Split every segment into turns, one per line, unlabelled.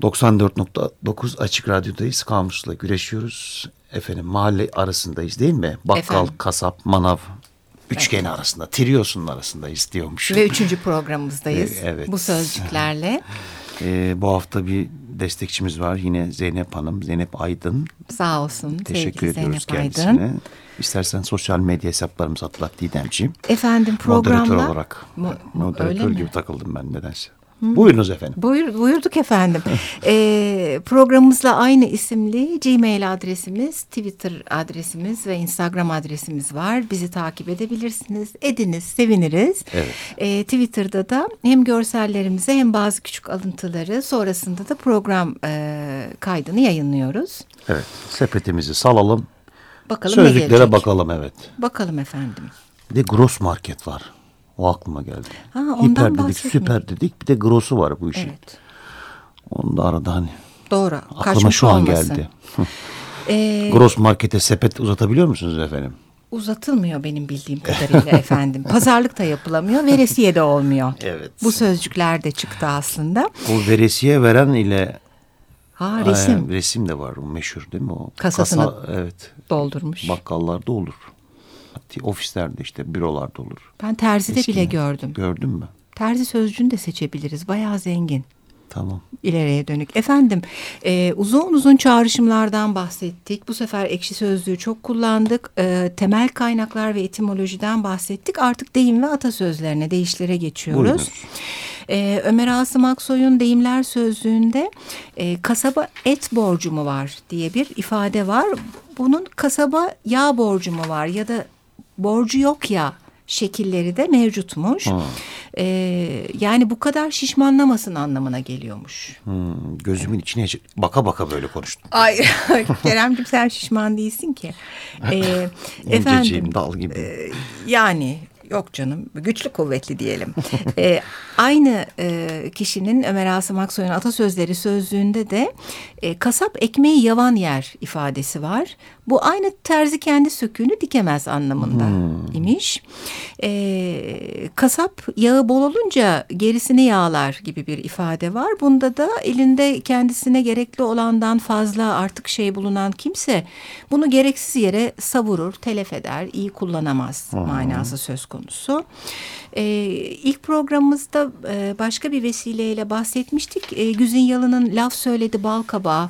94.9 Açık Radyo'dayız. Kamusla güreşiyoruz. Efendim mahalle arasındayız değil mi? Bakkal,
efendim,
kasap, manav üçgeni arasında, triosunun arasındayız diyormuşum.
Ve 3. programımızdayız.
Evet.
Bu sözcüklerle.
Bu hafta bir destekçimiz var. Yine Zeynep Hanım, Zeynep Aydın.
Sağ olsun.
Teşekkür ediyoruz
Zeynep
kendisine.
Aydın.
İstersen sosyal medya hesaplarımızı hatırlat Didemciğim.
Efendim programda.
Moderatör olarak. Moderatör gibi takıldım ben nedense. Buyurunuz efendim.
Buyurduk efendim. Programımızla aynı isimli Gmail adresimiz, Twitter adresimiz ve Instagram adresimiz var. Bizi takip edebilirsiniz. Ediniz, seviniriz.
Evet.
Twitter'da da hem görsellerimize hem bazı küçük alıntıları, sonrasında da program kaydını yayınlıyoruz.
Evet. Sepetimizi salalım.
Bakalım
sözlüklere bakalım, evet.
Bakalım efendim.
Bir de gross market var. O aklıma geldi.
Ondan
Hiper dedik, süper dedik. Bir de gross'u var bu işin.
Evet.
Onu da arada hani.
Doğru.
Aklıma şu an
olmasın.
geldi. Gross markete sepet uzatabiliyor musunuz efendim?
Uzatılmıyor benim bildiğim kadarıyla efendim. Pazarlık da yapılamıyor, veresiye de olmuyor.
Evet.
Bu sözcükler de çıktı aslında.
O veresiye veren ile
resim.
Resim de var. O meşhur değil mi o?
Kasasını
evet.
doldurmuş.
Bakkallarda olur. Ofislerde işte bürolarda olur.
Ben terzide bile gördüm.
Gördün mü?
Terzi sözcüğünü de seçebiliriz. Bayağı zengin.
Tamam.
İleriye dönük. Efendim uzun çağrışımlardan bahsettik. Bu sefer ekşi sözlüğü çok kullandık. Temel kaynaklar ve etimolojiden bahsettik. Artık deyim ve atasözlerine, deyişlere geçiyoruz. Ömer Asım Aksoy'un Deyimler Sözlüğü'nde kasaba et borcu mu var diye bir ifade var. Bunun kasaba yağ borcu mu var ya da borcu yok ya şekilleri de mevcutmuş. Yani bu kadar şişmanlamasın anlamına geliyormuş.
Gözümün içine baka baka böyle konuştum.
Ay Keremciğim sen şişman değilsin ki.
Efendim. Dal gibi.
Yani yok canım, güçlü kuvvetli diyelim. Aynı kişinin Ömer Asım Aksoy'un Atasözleri sözlüğünde de kasap ekmeği yavan yer ifadesi var. Bu aynı terzi kendi söküğünü dikemez anlamında imiş. Kasap yağı bol olunca gerisini yağlar gibi bir ifade var. Bunda da elinde kendisine gerekli olandan fazla artık şey bulunan kimse bunu gereksiz yere savurur, telef eder, iyi kullanamaz manası söz konusu. İlk programımızda başka bir vesileyle bahsetmiştik. Güzin Yalın'ın Laf Söyledi Bal Kabağı,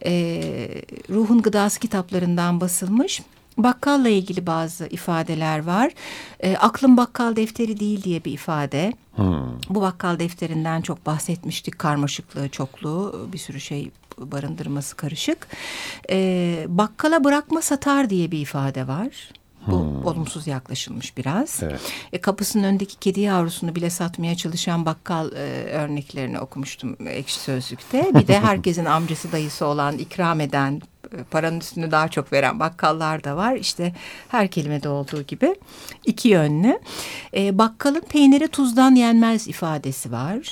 Ruhun Gıdası kitaplarından basılmış. Bakkalla ilgili bazı ifadeler var. Aklım bakkal defteri değil diye bir ifade. Bu bakkal defterinden çok bahsetmiştik. Karmaşıklığı, çokluğu, bir sürü şey barındırması karışık. Bakkala bırakma satar diye bir ifade var. Bu olumsuz yaklaşılmış biraz.
Evet.
Kapısının önündeki kedi yavrusunu bile satmaya çalışan bakkal örneklerini okumuştum Ekşi Sözlük'te. Bir de herkesin amcası dayısı olan, ikram eden, paranın üstünü daha çok veren bakkallar da var. İşte her kelimede olduğu gibi iki yönlü. Bakkalın peyniri tuzdan yenmez ifadesi var.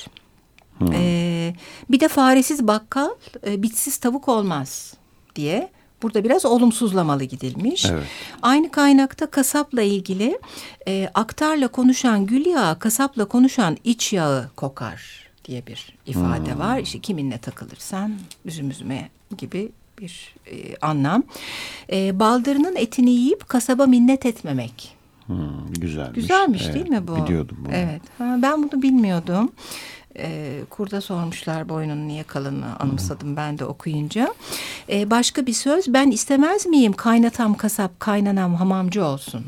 Bir de faresiz bakkal, bitsiz tavuk olmaz diye. Burada biraz olumsuzlamalı gidilmiş.
Evet.
Aynı kaynakta kasapla ilgili aktarla konuşan gül yağı, kasapla konuşan iç yağı kokar diye bir ifade var. İşte kiminle takılırsan üzüm üzüme gibi bir anlam. Baldırının etini yiyip kasaba minnet etmemek.
Güzelmiş.
Güzelmiş
evet,
değil mi bu?
Biliyordum bunu.
Evet. Ben bunu bilmiyordum. Kurda sormuşlar boynunun niye kalını, anımsadım ben de okuyunca. Başka bir söz, ben istemez miyim kaynatam kasap, kaynanam hamamcı olsun.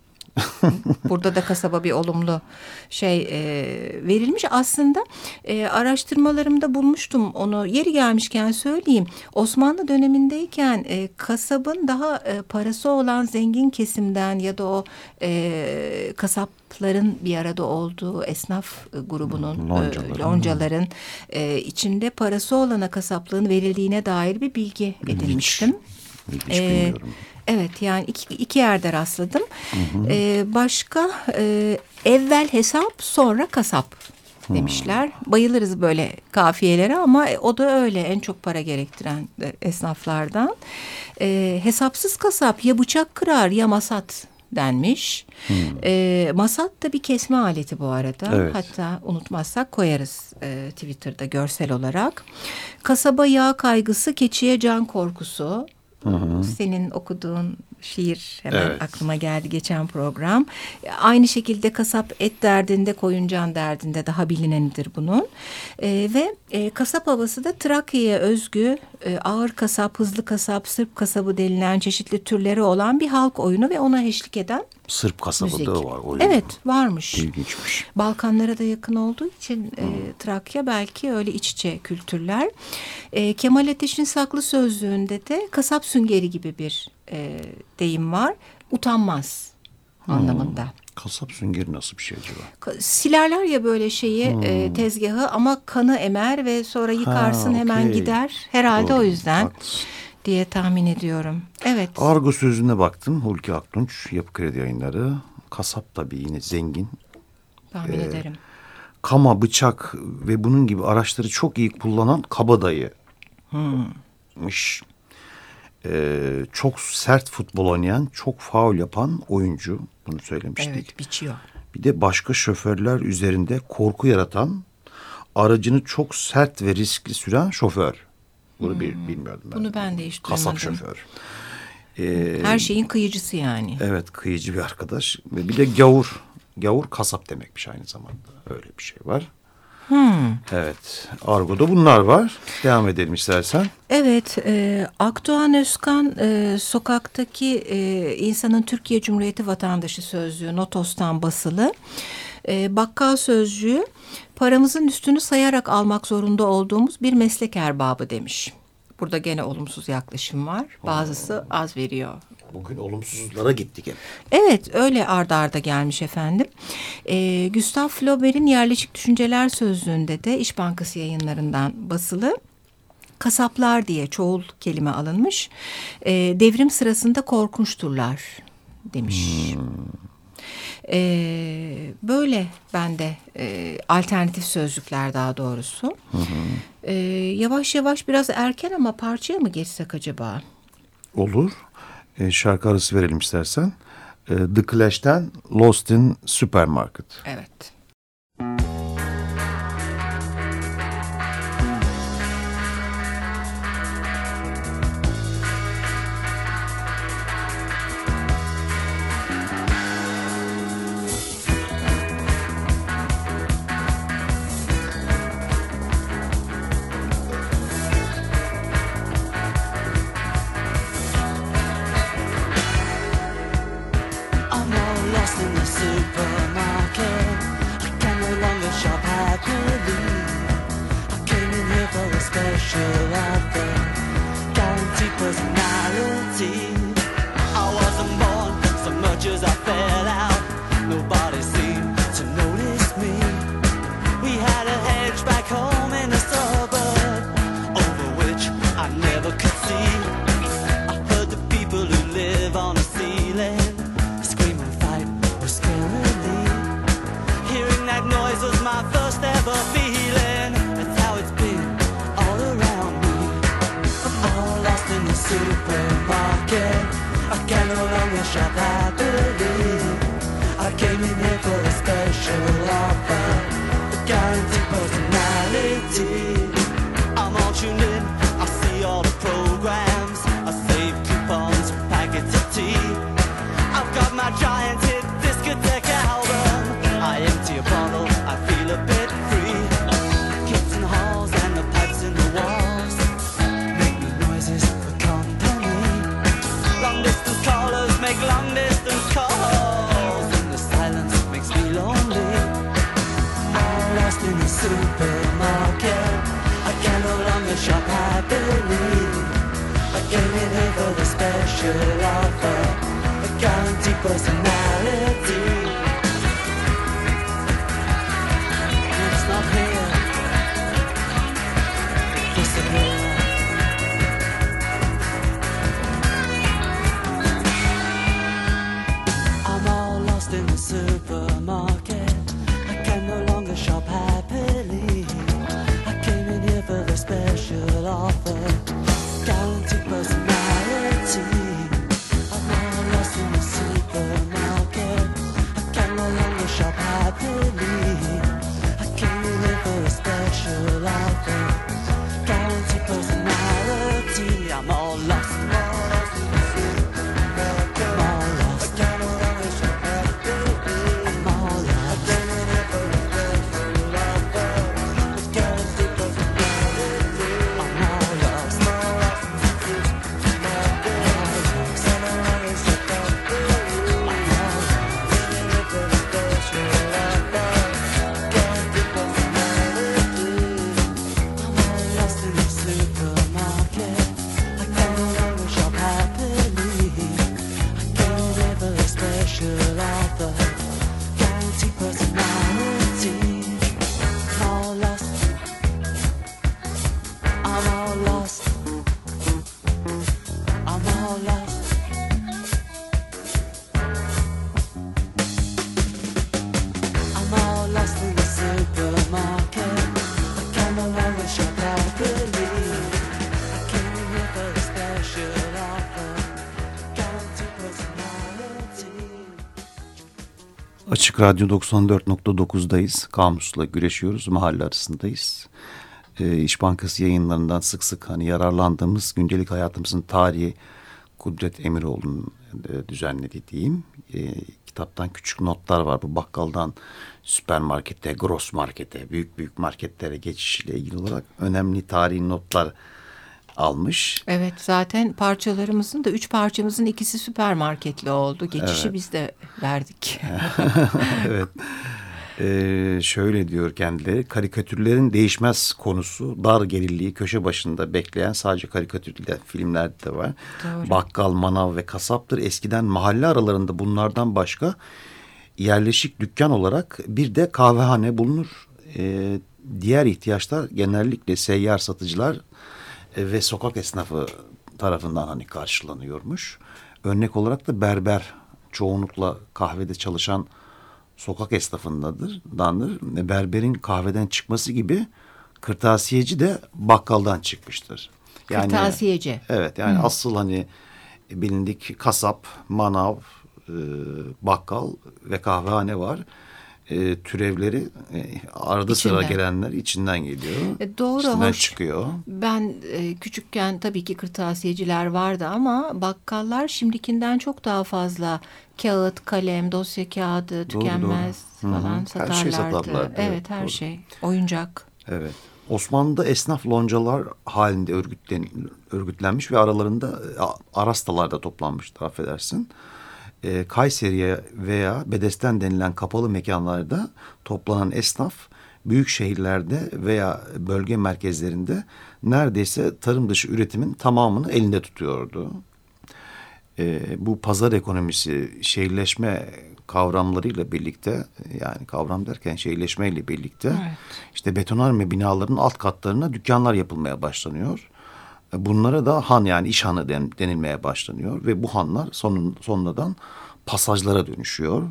Burada da kasaba bir olumlu şey verilmiş. Aslında araştırmalarımda bulmuştum onu. Yeri gelmişken söyleyeyim. Osmanlı dönemindeyken kasabın daha parası olan zengin kesimden ya da o kasapların bir arada olduğu esnaf grubunun, loncaların içinde parası olana kasaplığın verildiğine dair bir bilgi edinmiştim.
Hiç bilmiyorum.
Evet, yani iki yerde rastladım. Başka evvel hesap sonra kasap demişler. Bayılırız böyle kafiyelere ama o da öyle, en çok para gerektiren esnaflardan. Hesapsız kasap ya bıçak kırar ya masat denmiş. Masat da bir kesme aleti bu arada.
Evet.
Hatta unutmazsak koyarız Twitter'da görsel olarak. Kasaba yağ kaygısı, keçiye can korkusu. Senin okuduğun şiir hemen aklıma geldi geçen program. Aynı şekilde kasap et derdinde, koyun can derdinde daha bilinenidir bunun. Ve kasap havası da Trakya'ya özgü ağır kasap, hızlı kasap, Sırp kasabı denilen çeşitli türleri olan bir halk oyunu ve ona eşlik eden
Sırp kasabı
müzik.
da var. Oyun.
Evet, varmış.
İlginçmiş.
Balkanlara da yakın olduğu için Trakya belki öyle iç içe kültürler. Kemal Ateş'in Saklı Sözlüğü'nde de kasap süngeri gibi bir deyim var. Utanmaz anlamında.
Kasap süngeri nasıl bir şey acaba?
Silerler ya böyle şeyi tezgahı ama kanı emer ve sonra yıkarsın hemen
okey.
gider. Herhalde
Doğru,
o yüzden
haklısın.
diye tahmin ediyorum. Evet.
Argo sözüne baktım. Hulki Aktunç, Yapı Kredi Yayınları. Kasap tabii yine zengin.
Tahmin ederim.
Kama, bıçak ve bunun gibi araçları çok iyi kullanan kabadayımış. Çok sert futbol oynayan, çok faul yapan oyuncu. Bunu söylemiştik.
Evet, biçiyor.
Bir de başka şoförler üzerinde korku yaratan, aracını çok sert ve riskli süren şoför. Bunu bilmiyordum ben.
Bunu ben de hiç
Kasap
duymadım.
şoför.
Her şeyin kıyıcısı yani.
Evet, kıyıcı bir arkadaş. Ve bir de gavur. Gavur kasap demekmiş aynı zamanda. Öyle bir şey var. Evet. Argo'da bunlar var. Devam edelim istersen.
Evet, Akdoğan Özkan sokaktaki insanın Türkiye Cumhuriyeti vatandaşı sözlüğü Notos'tan basılı. Bakkal sözcüğü paramızın üstünü sayarak almak zorunda olduğumuz bir meslek erbabı demiş. Burada gene olumsuz yaklaşım var. Bazısı az veriyor.
Bugün olumsuzlara gittik hep.
Evet, öyle arda arda gelmiş efendim. Gustav Flaubert'in Yerleşik Düşünceler Sözlüğü'nde de İş Bankası yayınlarından basılı. Kasaplar diye çoğul kelime alınmış. Devrim sırasında korkunçturlar demiş. Böyle bende alternatif sözcükler daha doğrusu. Yavaş yavaş biraz erken ama parçaya mı geçsek acaba?
Olur. Şarkı arası verelim istersen. The Clash'ten Lost in Supermarket.
Evet.
I'm all lost in the supermarket. I can no longer shop happily. I came in here for a special offer, guaranteed personality. I wasn't born so much as I fell out. Nobody seemed to notice me. We had a hedge back home in a suburb, over which I never could see. I heard the people who live on the ceiling scream and fight scarily. Hearing that noise was my first ever feeling. That's how it's been all around me. I'm all lost in the supermarket. I can no longer shop happily. I came in here for a special offer, a guaranteed personality. I'm all tuned in, I see all the programs, I save coupons for packets of tea. I've got my giant hit discotheque album. I empty a bottle, I feel a bit free. Kids in the halls and the pipes in the walls make me noises for company. Long distance callers make long distance calls, and the silence makes me lonely. All lost in the supermarket. I can no longer shop happily. I came in here for the special offer, a guaranteed personality. It's not here. Disappear. I'm all lost in the supermarket. I can no longer shop happily. I came in here for the special offer, guaranteed personality. I'm all lost in the supermarket.
Açık Radyo 94.9'dayız. Kamusla güreşiyoruz. Mahalle arasındayız. İş Bankası yayınlarından sık sık hani yararlandığımız gündelik hayatımızın tarihi Kudret Emiroğlu'nun düzenlediği diyeyim. Kitaptan küçük notlar var. Bu bakkaldan süpermarkete, gross markete, büyük büyük marketlere geçişiyle ilgili olarak önemli tarihi notlar almış.
Evet, zaten parçalarımızın da 3 parçamızın ikisi süpermarketli oldu. Geçişi
Evet.
biz de verdik.
Evet. Şöyle diyor kendileri, karikatürlerin değişmez konusu, dar gelirliği köşe başında bekleyen sadece karikatürler, filmlerde de var.
Doğru.
Bakkal, manav ve kasaptır. Eskiden mahalle aralarında bunlardan başka yerleşik dükkan olarak bir de kahvehane bulunur. Diğer ihtiyaçlar genellikle seyyar satıcılar ve sokak esnafı tarafından hani karşılanıyormuş. Örnek olarak da berber çoğunlukla kahvede çalışan sokak esnafındandır. Berberin kahveden çıkması gibi kırtasiyeci de bakkaldan çıkmıştır. Yani,
Kırtasiyeci.
Evet, yani asıl hani bilindik kasap, manav, bakkal ve kahvehane var. Türevleri arada sıra gelenler içinden geliyor.
Doğru,
içinden
hoş.
çıkıyor.
Ben küçükken tabii ki kırtasiyeciler vardı ama bakkallar şimdikinden çok daha fazla kağıt, kalem, dosya kağıdı, tükenmez
doğru.
falan
Her
satarlardı.
şey satarlardı.
Evet, her
Doğru.
şey. Oyuncak.
Evet. Osmanlı'da esnaf loncalar halinde örgütlenmiş ve aralarında arastalarda toplanmıştır, affedersin. Kayseri'ye veya Bedesten denilen kapalı mekanlarda toplanan esnaf büyük şehirlerde veya bölge merkezlerinde neredeyse tarım dışı üretimin tamamını elinde tutuyordu. Bu pazar ekonomisi, şehirleşme kavramlarıyla birlikte, yani kavram derken şehirleşmeyle birlikte,
Evet.
işte betonarme binaların alt katlarına dükkanlar yapılmaya başlanıyor. Bunlara da han, yani iş hanı denilmeye başlanıyor ve bu hanlar sonradan pasajlara dönüşüyor.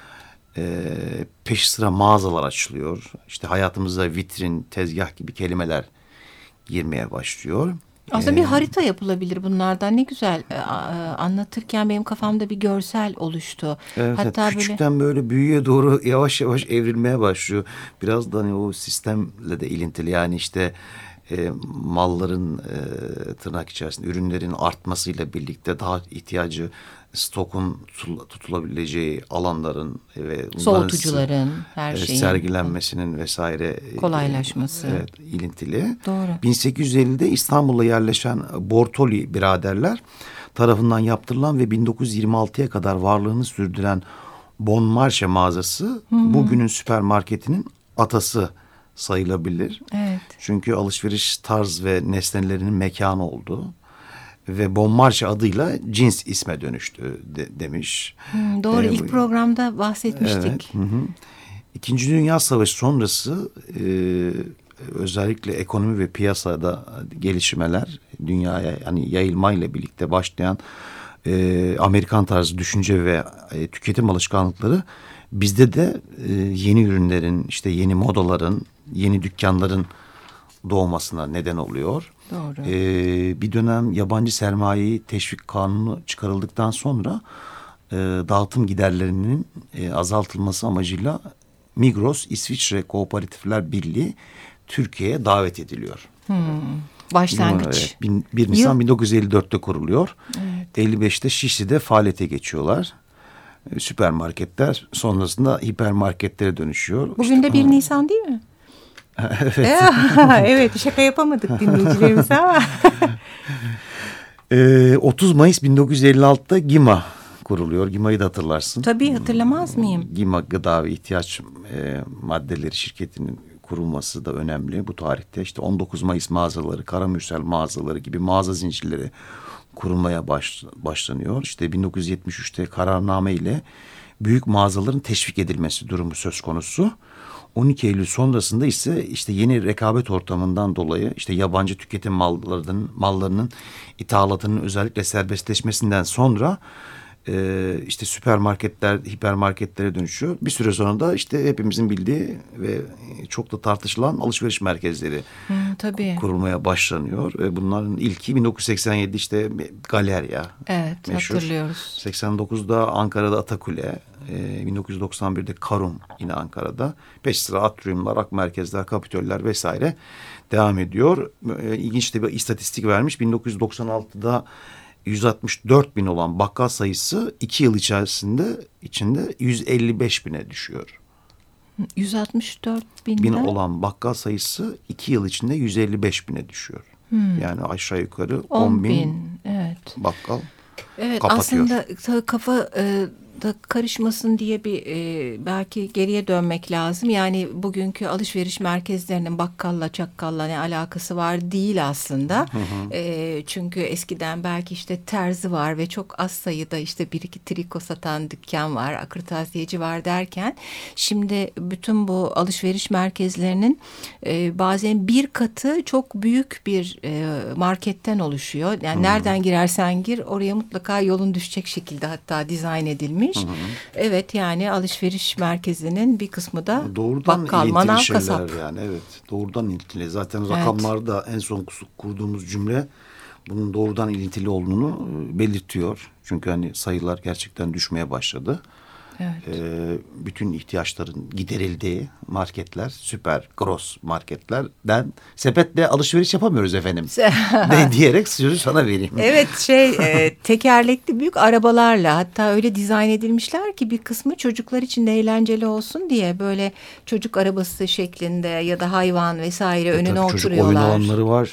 Peş sıra mağazalar açılıyor. İşte hayatımıza vitrin, tezgah gibi kelimeler girmeye başlıyor.
Aslında bir harita yapılabilir bunlardan. Ne güzel anlatırken benim kafamda bir görsel oluştu.
Evet,
Hatta
küçükten böyle büyüye doğru yavaş yavaş evrilmeye başlıyor. Biraz da hani o sistemle de ilintili, yani işte malların tırnak içerisinde ürünlerin artmasıyla birlikte daha ihtiyacı stokun tutulabileceği alanların ve
soğutucuların, her şeyin
sergilenmesinin vesaire
kolaylaşması.
Evet, ilintili.
Doğru.
1850'de İstanbul'a yerleşen Bortoli biraderler tarafından yaptırılan ve 1926'ya kadar varlığını sürdüren Bon Marché mağazası bugünün süpermarketinin atası sayılabilir.
Evet.
Çünkü alışveriş tarz ve nesnelerinin mekanı oldu. Ve Bon Marché adıyla cins isme dönüştü demiş.
Doğru, ilk programda bahsetmiştik.
Evet. İkinci Dünya Savaşı sonrası özellikle ekonomi ve piyasada gelişmeler, dünyaya hani yayılmayla birlikte başlayan Amerikan tarzı düşünce ve tüketim alışkanlıkları bizde de yeni ürünlerin, işte yeni modaların, yeni dükkanların doğmasına neden oluyor.
Doğru.
Bir dönem yabancı sermayeyi teşvik kanunu çıkarıldıktan sonra dağıtım giderlerinin azaltılması amacıyla Migros İsviçre Kooperatifler Birliği Türkiye'ye davet ediliyor.
Başlangıç.
Evet, 1 Nisan 1954'te kuruluyor. Evet. 55'te Şişli'de faaliyete geçiyorlar. Süpermarketler sonrasında hipermarketlere dönüşüyor.
Bugün
İşte
de 1 Nisan değil mi?
Evet.
Evet, şaka yapamadık dinleyicilerimize ama.
30 Mayıs 1956'da GİMA kuruluyor. GİMA'yı da hatırlarsın.
Tabii, hatırlamaz mıyım?
GİMA Gıda ve İhtiyaç Maddeleri şirketinin kurulması da önemli bu tarihte. İşte 19 Mayıs mağazaları, Karamürsel mağazaları gibi mağaza zincirleri kurulmaya başlanıyor. İşte 1973'te kararname ile büyük mağazaların teşvik edilmesi durumu söz konusu. 12 Eylül sonrasında ise işte yeni rekabet ortamından dolayı işte yabancı tüketim mallarının ithalatının özellikle serbestleşmesinden sonra işte süpermarketler, hipermarketlere dönüşüyor. Bir süre sonra da işte hepimizin bildiği ve çok da tartışılan alışveriş merkezleri
tabii.
kurulmaya başlanıyor. Ve bunların ilki 1987 işte Galerya.
Evet,
meşhur.
hatırlıyoruz.
89'da Ankara'da Atakule, 1991'de Karum yine Ankara'da. Peş sıra Atriumlar, Ak Merkezler, Kapitoller vesaire devam ediyor. İlginç de bir istatistik vermiş. 1996'da 164 bin olan bakkal sayısı 2 yıl içinde 155 bine düşüyor.
164
bin
binden
olan bakkal sayısı 2 yıl içinde 155 bine düşüyor. Yani aşağı yukarı
10 bin. Evet.
bakkal
Evet,
kapatıyor.
aslında kafa da karışmasın diye bir belki geriye dönmek lazım. Yani bugünkü alışveriş merkezlerinin bakkalla çakkalla ne alakası var değil aslında. Çünkü eskiden belki işte terzi var ve çok az sayıda işte bir iki triko satan dükkan var, kırtasiyeci var derken şimdi bütün bu alışveriş merkezlerinin bazen bir katı çok büyük bir marketten oluşuyor. Yani nereden girersen gir oraya mutlaka yolun düşecek şekilde hatta dizayn edilmiş. Evet, yani alışveriş merkezinin bir kısmı da
doğrudan
bakkal, manav,
şeyler
kasap.
yani evet, doğrudan ilintili. Zaten rakamlarda en son kurduğumuz cümle bunun doğrudan ilintili olduğunu belirtiyor. Çünkü hani sayılar gerçekten düşmeye başladı.
Evet.
Bütün ihtiyaçların giderildiği marketler, süper gross marketlerden sepetle alışveriş yapamıyoruz efendim diyerek sözü sana vereyim.
Evet, tekerlekli büyük arabalarla, hatta öyle dizayn edilmişler ki bir kısmı çocuklar için de eğlenceli olsun diye böyle çocuk arabası şeklinde ya da hayvan vesaire önüne
Tabii çocuk
oturuyorlar.
oyun alanları var.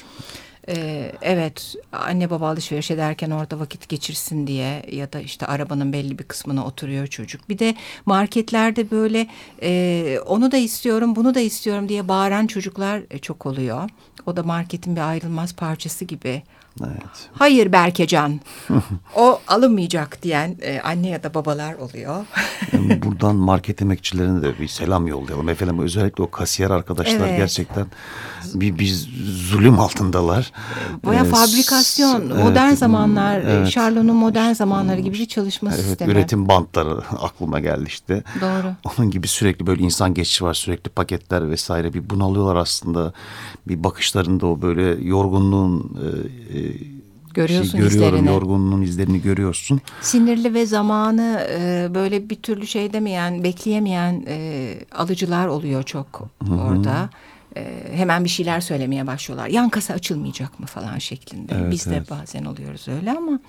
Evet, anne baba alışveriş ederken orada vakit geçirsin diye ya da işte arabanın belli bir kısmına oturuyor çocuk. Bir de marketlerde böyle onu da istiyorum, bunu da istiyorum diye bağıran çocuklar çok oluyor. O da marketin bir ayrılmaz parçası gibi.
Evet.
Hayır Berkecan, o alınmayacak diyen anne ya da babalar oluyor.
Yani buradan market emekçilerine de bir selam yollayalım efendim. Özellikle o kasiyer arkadaşlar gerçekten bir zulüm altındalar.
Baya fabrikasyon, modern zamanlar, Charlot'un modern zamanları gibi bir çalışma sistemi.
Üretim bantları aklıma geldi işte.
Doğru.
Onun gibi sürekli böyle insan geçişi var, sürekli paketler vesaire, bir bunalıyorlar aslında. Bir bakışlarında o böyle yorgunluğun
görüyorsun
görüyorum,
izlerini.
yorgunluğun izlerini görüyorsun.
Sinirli ve zamanı böyle bir türlü şey demeyen, bekleyemeyen alıcılar oluyor çok orada. Hemen bir şeyler söylemeye başlıyorlar. Yan kasa açılmayacak mı falan şeklinde.
Evet,
biz de bazen oluyoruz öyle ama.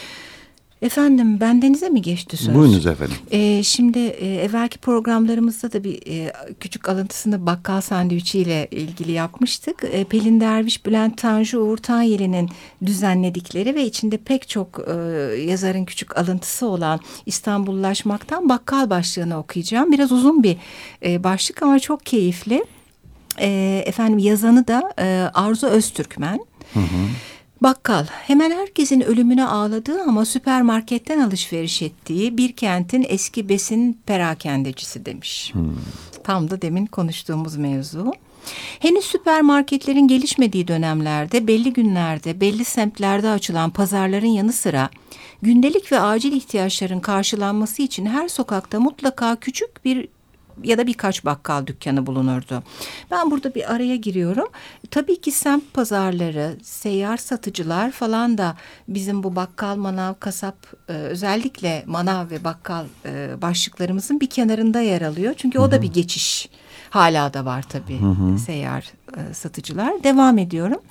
Efendim, bendenize mi geçti söz?
Buyurunuz efendim.
Şimdi evvelki programlarımızda da bir küçük alıntısını bakkal sandviçiyle ilgili yapmıştık. Pelin Derviş, Bülent Tanju, Uğur Tanyeli'nin düzenledikleri ve içinde pek çok yazarın küçük alıntısı olan İstanbullaşmaktan bakkal başlığını okuyacağım. Biraz uzun bir başlık ama çok keyifli. Efendim, yazanı da Arzu Öztürkmen. Bakkal, hemen herkesin ölümüne ağladığı ama süpermarketten alışveriş ettiği bir kentin eski besin perakendecisi demiş. Tam da demin konuştuğumuz mevzu. Henüz süpermarketlerin gelişmediği dönemlerde belli günlerde belli semtlerde açılan pazarların yanı sıra gündelik ve acil ihtiyaçların karşılanması için her sokakta mutlaka küçük bir ya da birkaç bakkal dükkanı bulunurdu. Ben burada bir araya giriyorum. Tabii ki semt pazarları, seyyar satıcılar falan da bizim bu bakkal, manav, kasap, özellikle manav ve bakkal başlıklarımızın bir kenarında yer alıyor. Çünkü o da bir geçiş. Hala da var tabii seyyar satıcılar. Devam ediyorum.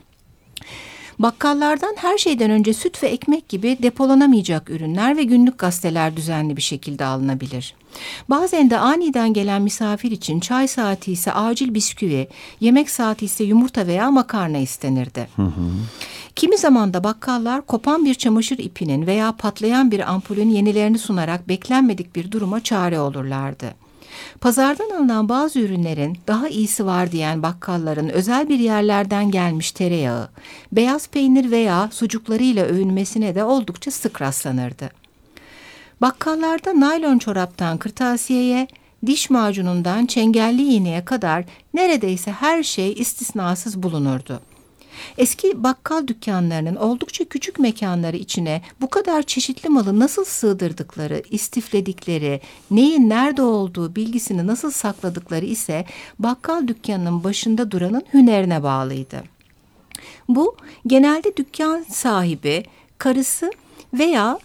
Bakkallardan her şeyden önce süt ve ekmek gibi depolanamayacak ürünler ve günlük gazeteler düzenli bir şekilde alınabilir. Bazen de aniden gelen misafir için çay saati ise acil bisküvi, yemek saati ise yumurta veya makarna istenirdi. Kimi zaman da bakkallar kopan bir çamaşır ipinin veya patlayan bir ampulün yenilerini sunarak beklenmedik bir duruma çare olurlardı. Pazardan alınan bazı ürünlerin daha iyisi var diyen bakkalların özel bir yerlerden gelmiş tereyağı, beyaz peynir veya sucuklarıyla övünmesine de oldukça sık rastlanırdı. Bakkallarda naylon çoraptan kırtasiyeye, diş macunundan çengelli iğneye kadar neredeyse her şey istisnasız bulunurdu. Eski bakkal dükkanlarının oldukça küçük mekanları içine bu kadar çeşitli malı nasıl sığdırdıkları, istifledikleri, neyin nerede olduğu bilgisini nasıl sakladıkları ise bakkal dükkanının başında duranın hünerine bağlıydı. Bu genelde dükkan sahibi, karısı veya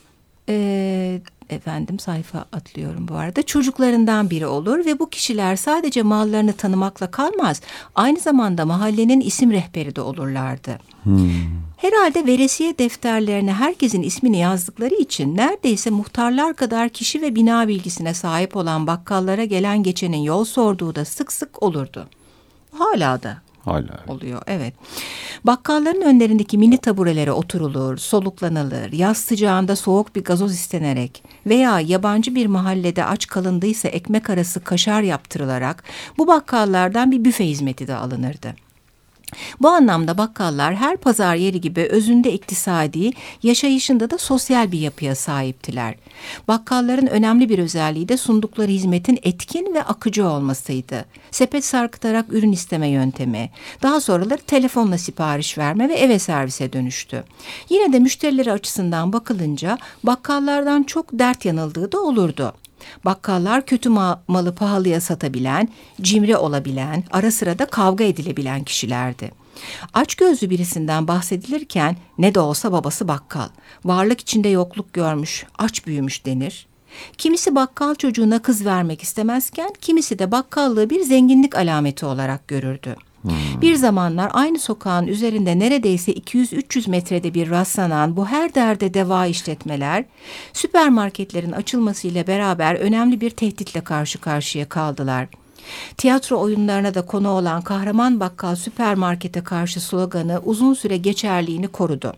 sayfa atlıyorum bu arada, çocuklarından biri olur ve bu kişiler sadece mallarını tanımakla kalmaz, aynı zamanda mahallenin isim rehberi de olurlardı. Herhalde veresiye defterlerine herkesin ismini yazdıkları için neredeyse muhtarlar kadar kişi ve bina bilgisine sahip olan bakkallara gelen geçenin yol sorduğu da sık sık olurdu. Hala da oluyor, evet. Bakkalların önlerindeki mini taburelere oturulur, soluklanılır, yaz sıcağında soğuk bir gazoz istenerek veya yabancı bir mahallede aç kalındıysa ekmek arası kaşar yaptırılarak bu bakkallardan bir büfe hizmeti de alınırdı. Bu anlamda bakkallar her pazar yeri gibi özünde iktisadi, yaşayışında da sosyal bir yapıya sahiptiler. Bakkalların önemli bir özelliği de sundukları hizmetin etkin ve akıcı olmasıydı. Sepet sarkıtarak ürün isteme yöntemi, daha sonraları telefonla sipariş verme ve eve servise dönüştü. Yine de müşterileri açısından bakılınca bakkallardan çok dert yanıldığı da olurdu. Bakkallar kötü malı pahalıya satabilen, cimri olabilen, ara sıra da kavga edilebilen kişilerdi. Açgözlü birisinden bahsedilirken ne de olsa babası bakkal, varlık içinde yokluk görmüş, aç büyümüş denir. Kimisi bakkal çocuğuna kız vermek istemezken kimisi de bakkallığı bir zenginlik alameti olarak görürdü. Bir zamanlar aynı sokağın üzerinde neredeyse 200-300 metrede bir rastlanan bu her derde deva işletmeler, süpermarketlerin açılmasıyla beraber önemli bir tehditle karşı karşıya kaldılar. Tiyatro oyunlarına da konu olan kahraman bakkal süpermarkete karşı sloganı uzun süre geçerliğini korudu.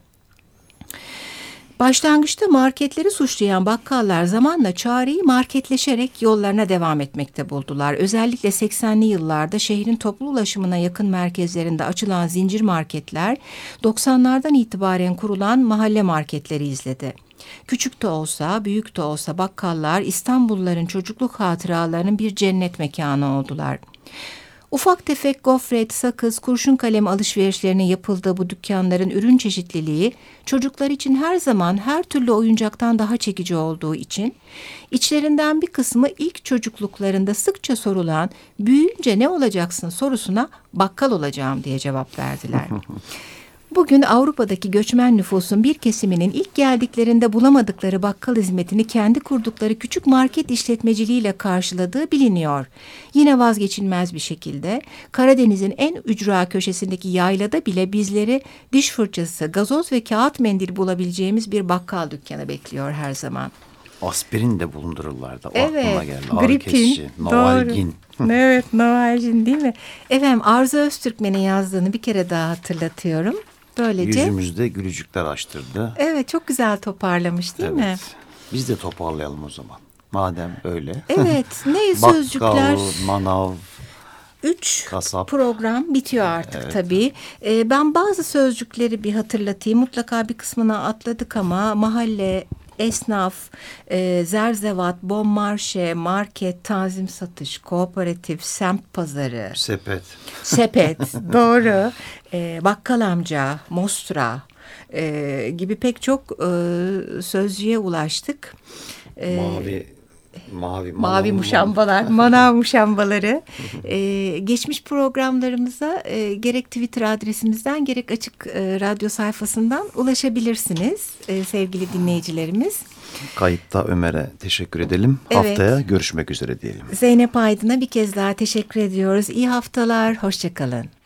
Başlangıçta marketleri suçlayan bakkallar zamanla çareyi marketleşerek yollarına devam etmekte buldular. Özellikle 80'li yıllarda şehrin toplu ulaşımına yakın merkezlerinde açılan zincir marketler 90'lardan itibaren kurulan mahalle marketleri izledi. Küçük de olsa, büyük de olsa bakkallar İstanbulluların çocukluk hatıralarının bir cennet mekanı oldular. Ufak tefek gofret, sakız, kurşun kalem alışverişlerinin yapıldığı bu dükkanların ürün çeşitliliği çocuklar için her zaman her türlü oyuncaktan daha çekici olduğu için içlerinden bir kısmı ilk çocukluklarında sıkça sorulan büyüyünce ne olacaksın sorusuna bakkal olacağım diye cevap verdiler. Bugün Avrupa'daki göçmen nüfusun bir kesiminin ilk geldiklerinde bulamadıkları bakkal hizmetini kendi kurdukları küçük market işletmeciliğiyle karşıladığı biliniyor. Yine vazgeçilmez bir şekilde Karadeniz'in en ücra köşesindeki yaylada bile bizleri diş fırçası, gazoz ve kağıt mendil bulabileceğimiz bir bakkal dükkanı bekliyor her zaman.
Aspirin de bulundururlardı. O
evet,
aklıma geldi. Ağrı kesici,
Novalgin. Evet, Novalgin değil mi? Efendim, Arzu Öztürkmen'in yazdığını bir kere daha hatırlatıyorum. Böylece
yüzümüzde gülücükler açtırdı.
Evet, çok güzel toparlamış değil mi?
Biz de toparlayalım o zaman. Madem öyle.
Evet, ne sözcükler?
Bakkal, manav,
3
kasap.
Program bitiyor artık tabii. Ben bazı sözcükleri bir hatırlatayım. Mutlaka bir kısmını atladık ama mahalle, esnaf, zerzevat, bon marşe, market, tanzim satış, kooperatif, semt pazarı. Sepet, doğru. Bakkal amca, mostra gibi pek çok sözcüğe ulaştık. Mavi muşambalar, manav muşambaları. Geçmiş programlarımıza gerek Twitter adresimizden gerek Açık Radyo sayfasından ulaşabilirsiniz sevgili dinleyicilerimiz.
Kayıtta Ömer'e teşekkür edelim.
Evet.
Haftaya görüşmek üzere diyelim.
Zeynep Aydın'a bir kez daha teşekkür ediyoruz. İyi haftalar, hoşça kalın.